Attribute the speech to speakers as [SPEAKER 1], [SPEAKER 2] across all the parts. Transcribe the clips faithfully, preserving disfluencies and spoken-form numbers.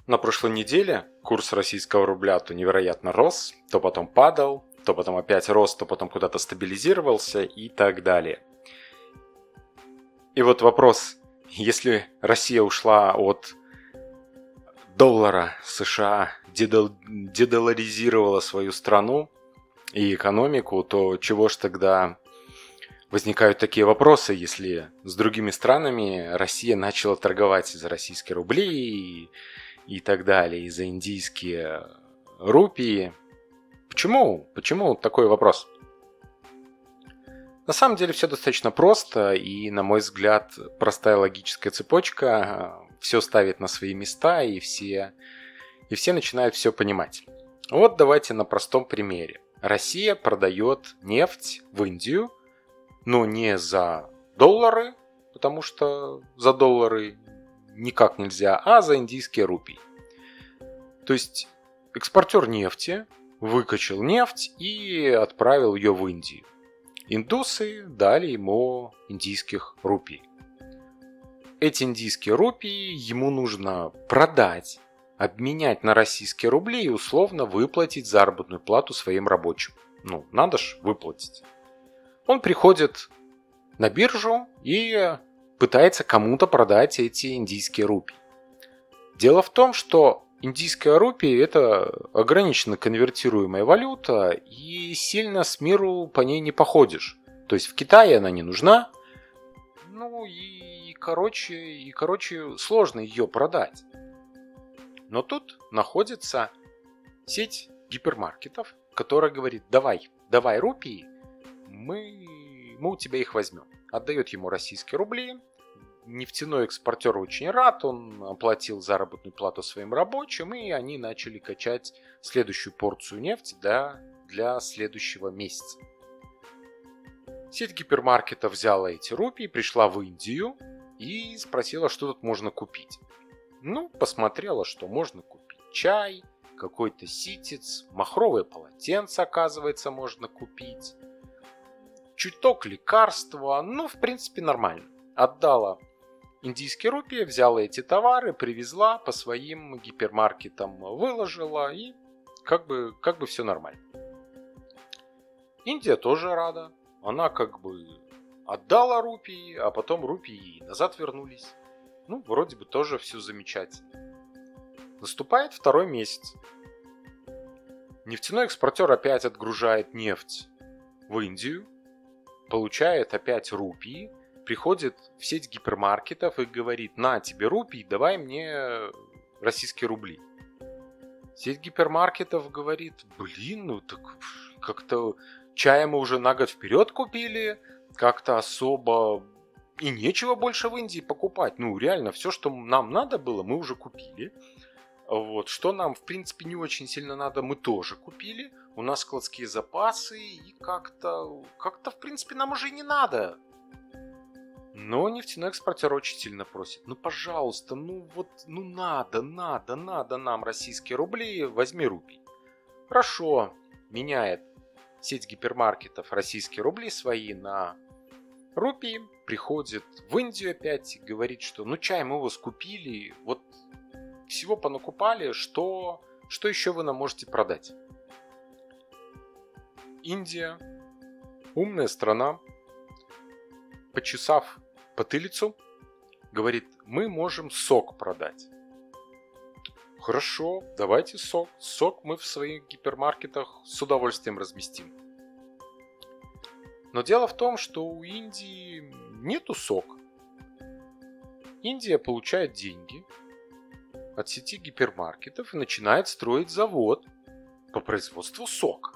[SPEAKER 1] На прошлой неделе курс российского рубля то невероятно рос, то потом падал, то потом опять рос, то потом куда-то стабилизировался и так далее. И вот вопрос, если Россия ушла от доллара США, дедоларизировала свою страну и экономику, то чего ж тогда возникают такие вопросы, если с другими странами Россия начала торговать за российские рубли и, и так далее, и за индийские рупии? Почему? Почему такой вопрос? На самом деле все достаточно просто, и, на мой взгляд, простая логическая цепочка все ставит на свои места, и все, и все начинают все понимать. Вот давайте на простом примере. Россия продает нефть в Индию, но не за доллары, потому что за доллары никак нельзя, а за индийские рупии. То есть экспортер нефти выкачал нефть и отправил ее в Индию. Индусы дали ему индийских рупий. Эти индийские рупии ему нужно продать, обменять на российские рубли и условно выплатить заработную плату своим рабочим. Ну, надо ж выплатить. Он приходит на биржу и пытается кому-то продать эти индийские рупии. Дело в том, что индийская рупия – это ограниченно конвертируемая валюта, и сильно с миру по ней не походишь. То есть в Китае она не нужна, ну и, короче, и, короче, сложно ее продать. Но тут находится сеть гипермаркетов, которая говорит: давай, давай рупии, мы, мы у тебя их возьмем. Отдает ему российские рубли. Нефтяной экспортер очень рад, он оплатил заработную плату своим рабочим, и они начали качать следующую порцию нефти для, для следующего месяца. Сеть гипермаркетов взяла эти рупии, пришла в Индию и спросила, что тут можно купить. Ну, посмотрела, что можно купить чай, какой-то ситец, махровое полотенце, оказывается, можно купить, чуток лекарства, ну, в принципе, нормально. Отдала индийские рупии, взяла эти товары, привезла по своим гипермаркетам, выложила, и как бы, как бы все нормально. Индия тоже рада. Она как бы отдала рупии, а потом рупии назад вернулись. Ну, вроде бы тоже все замечательно. Наступает второй месяц. Нефтяной экспортер опять отгружает нефть в Индию, получает опять рупии, приходит в сеть гипермаркетов и говорит: на тебе рупии, давай мне российские рубли. Сеть гипермаркетов говорит: блин, ну так как-то чая мы уже на год вперед купили, как-то особо и нечего больше в Индии покупать. Ну реально, все, что нам надо было, мы уже купили. Вот. Что нам, в принципе, не очень сильно надо, мы тоже купили. У нас складские запасы, и как-то, как-то, в принципе, нам уже и не надо. Но нефтяной экспортер очень сильно просит: ну, пожалуйста, ну вот, ну надо, надо, надо нам российские рубли, возьми рупий. Хорошо, меняет сеть гипермаркетов российские рубли свои на рупии, приходит в Индию опять и говорит, что ну чай мы его скупили, вот всего понакупали, что, что еще вы нам можете продать? Индия, умная страна, почесав потылицу, говорит: мы можем сок продать. Хорошо, давайте сок. Сок мы в своих гипермаркетах с удовольствием разместим. Но дело в том, что у Индии нету сока. Индия получает деньги от сети гипермаркетов и начинает строить завод по производству сока.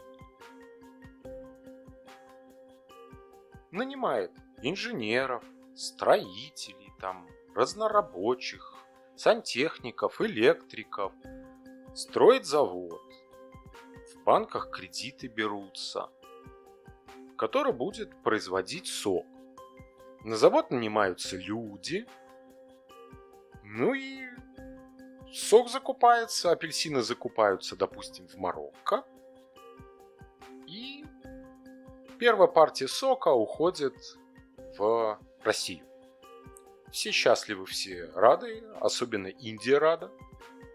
[SPEAKER 1] Нанимает инженеров, строителей, там, разнорабочих, сантехников, электриков. Строит завод. В банках кредиты берутся, который будет производить сок. На завод нанимаются люди. Ну и сок закупается, апельсины закупаются, допустим, в Марокко. И первая партия сока уходит в Россию. Все счастливы, все рады, особенно Индия рада.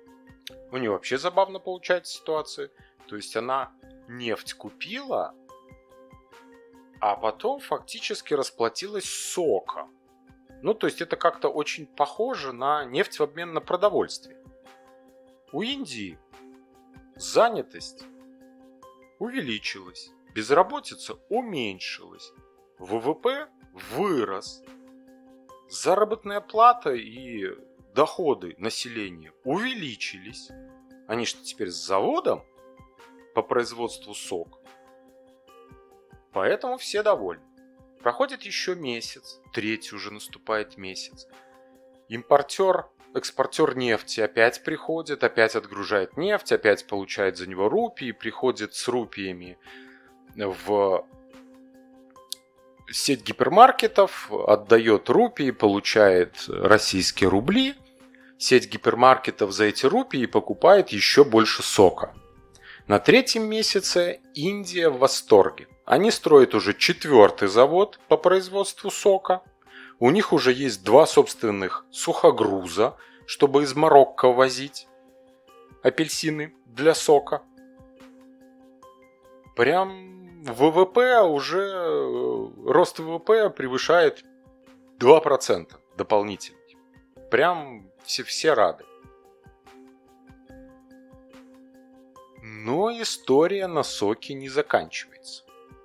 [SPEAKER 1] У нее вообще забавно получается ситуация. То есть она нефть купила, а потом фактически расплатилась соком. Ну, то есть это как-то очень похоже на нефть в обмен на продовольствие. У Индии занятость увеличилась, безработица уменьшилась, ВВП вырос, заработная плата и доходы населения увеличились. Они что, теперь с заводом по производству сока? Поэтому все довольны. Проходит еще месяц, третий уже наступает месяц. Импортер, экспортер нефти опять приходит, опять отгружает нефть, опять получает за него рупии, приходит с рупиями в сеть гипермаркетов, отдает рупии, получает российские рубли. Сеть гипермаркетов за эти рупии покупает еще больше сока. На третьем месяце Индия в восторге. Они строят уже четвертый завод по производству сока. У них уже есть два собственных сухогруза, чтобы из Марокко возить апельсины для сока. Прям ВВП уже, рост ВВП превышает два процента дополнительный. Прям все, все рады. Но история на соке не заканчивается.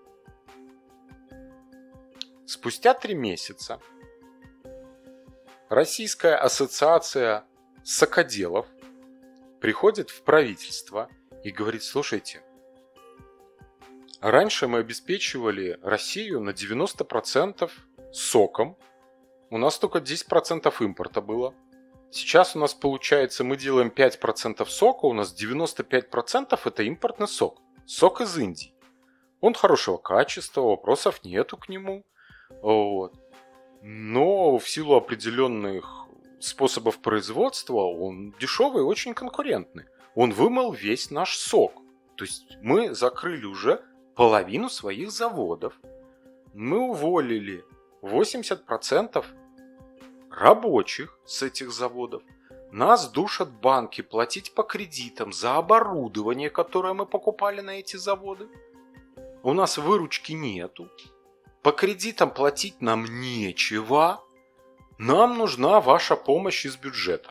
[SPEAKER 1] Спустя три месяца Российская ассоциация сокоделов приходит в правительство и говорит: слушайте, раньше мы обеспечивали Россию на девяносто процентов соком, у нас только десять процентов импорта было. Сейчас у нас получается, мы делаем пять процентов сока, у нас девяносто пять процентов это импортный сок. Сок из Индии. Он хорошего качества, вопросов нету к нему. Вот. Но в силу определенных способов производства он дешевый и очень конкурентный. Он вымыл весь наш сок. То есть мы закрыли уже половину своих заводов. Мы уволили восемьдесят процентов рабочих с этих заводов. Нас душат банки платить по кредитам за оборудование, которое мы покупали на эти заводы. У нас выручки нету. По кредитам платить нам нечего. Нам нужна ваша помощь из бюджета.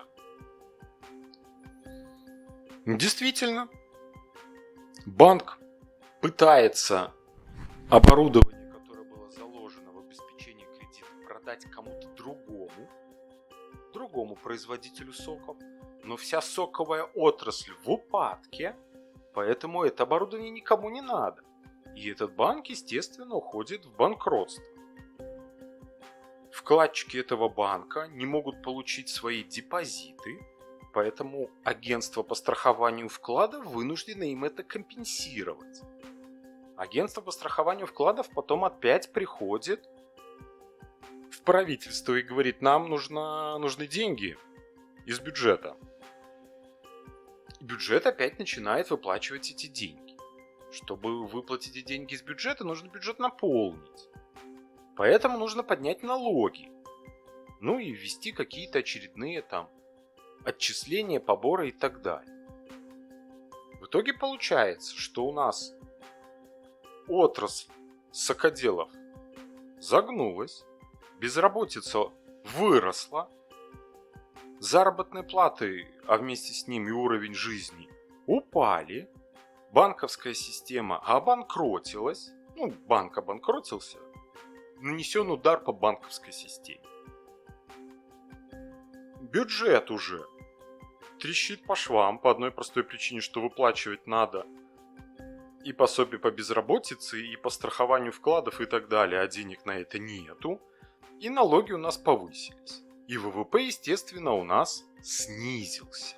[SPEAKER 1] Действительно, банк пытается оборудование, которое было заложено в обеспечении кредита, продать кому-то другому, другому производителю соков, но вся соковая отрасль в упадке, поэтому это оборудование никому не надо. И этот банк, естественно, уходит в банкротство. Вкладчики этого банка не могут получить свои депозиты, поэтому агентство по страхованию вкладов вынуждено им это компенсировать. Агентство по страхованию вкладов потом опять приходит в правительство и говорит: нам нужно, нужны деньги из бюджета. Бюджет опять начинает выплачивать эти деньги. Чтобы выплатить эти деньги из бюджета, нужно бюджет наполнить. Поэтому нужно поднять налоги. Ну и ввести какие-то очередные там отчисления, поборы и так далее. В итоге получается, что у нас отрасль сокоделов загнулась, безработица выросла, заработные платы, а вместе с ними уровень жизни упали, банковская система обанкротилась, ну, банк обанкротился, нанесен удар по банковской системе. Бюджет уже трещит по швам по одной простой причине, что выплачивать надо и пособие по безработице, и по страхованию вкладов и так далее, а денег на это нету, и налоги у нас повысились. И ВВП, естественно, у нас снизился.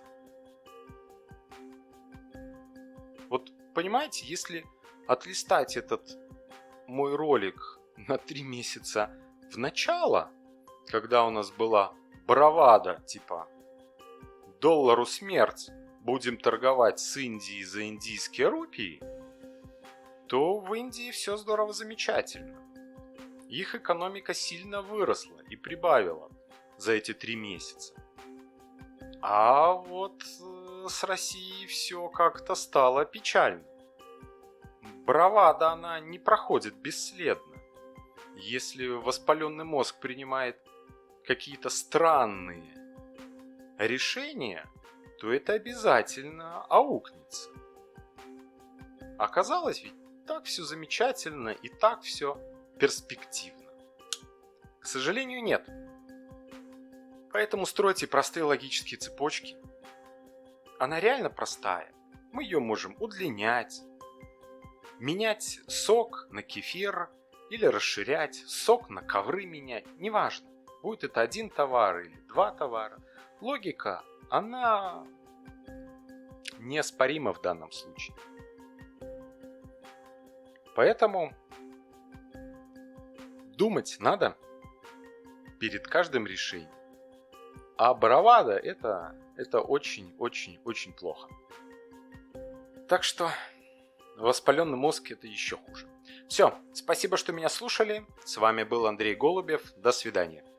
[SPEAKER 1] Вот понимаете, если отлистать этот мой ролик на три месяца в начало, когда у нас была бравада, типа доллару смерть, будем торговать с Индией за индийские рупии, то в Индии все здорово замечательно. Их экономика сильно выросла и прибавила за эти три месяца. А вот с Россией все как-то стало печально. Бравада, она не проходит бесследно. Если воспаленный мозг принимает какие-то странные решения, то это обязательно аукнется. Оказалось, ведь так все замечательно и так все перспективно. К сожалению, нет. Поэтому стройте простые логические цепочки. Она реально простая. Мы ее можем удлинять, менять сок на кефир или расширять, сок на ковры менять. Неважно, будет это один товар или два товара. Логика, она неоспорима в данном случае. Поэтому думать надо перед каждым решением. А бравада это, это очень-очень-очень плохо. Так что воспаленный мозг это еще хуже. Все, спасибо, что меня слушали. С вами был Андрей Голубев. До свидания.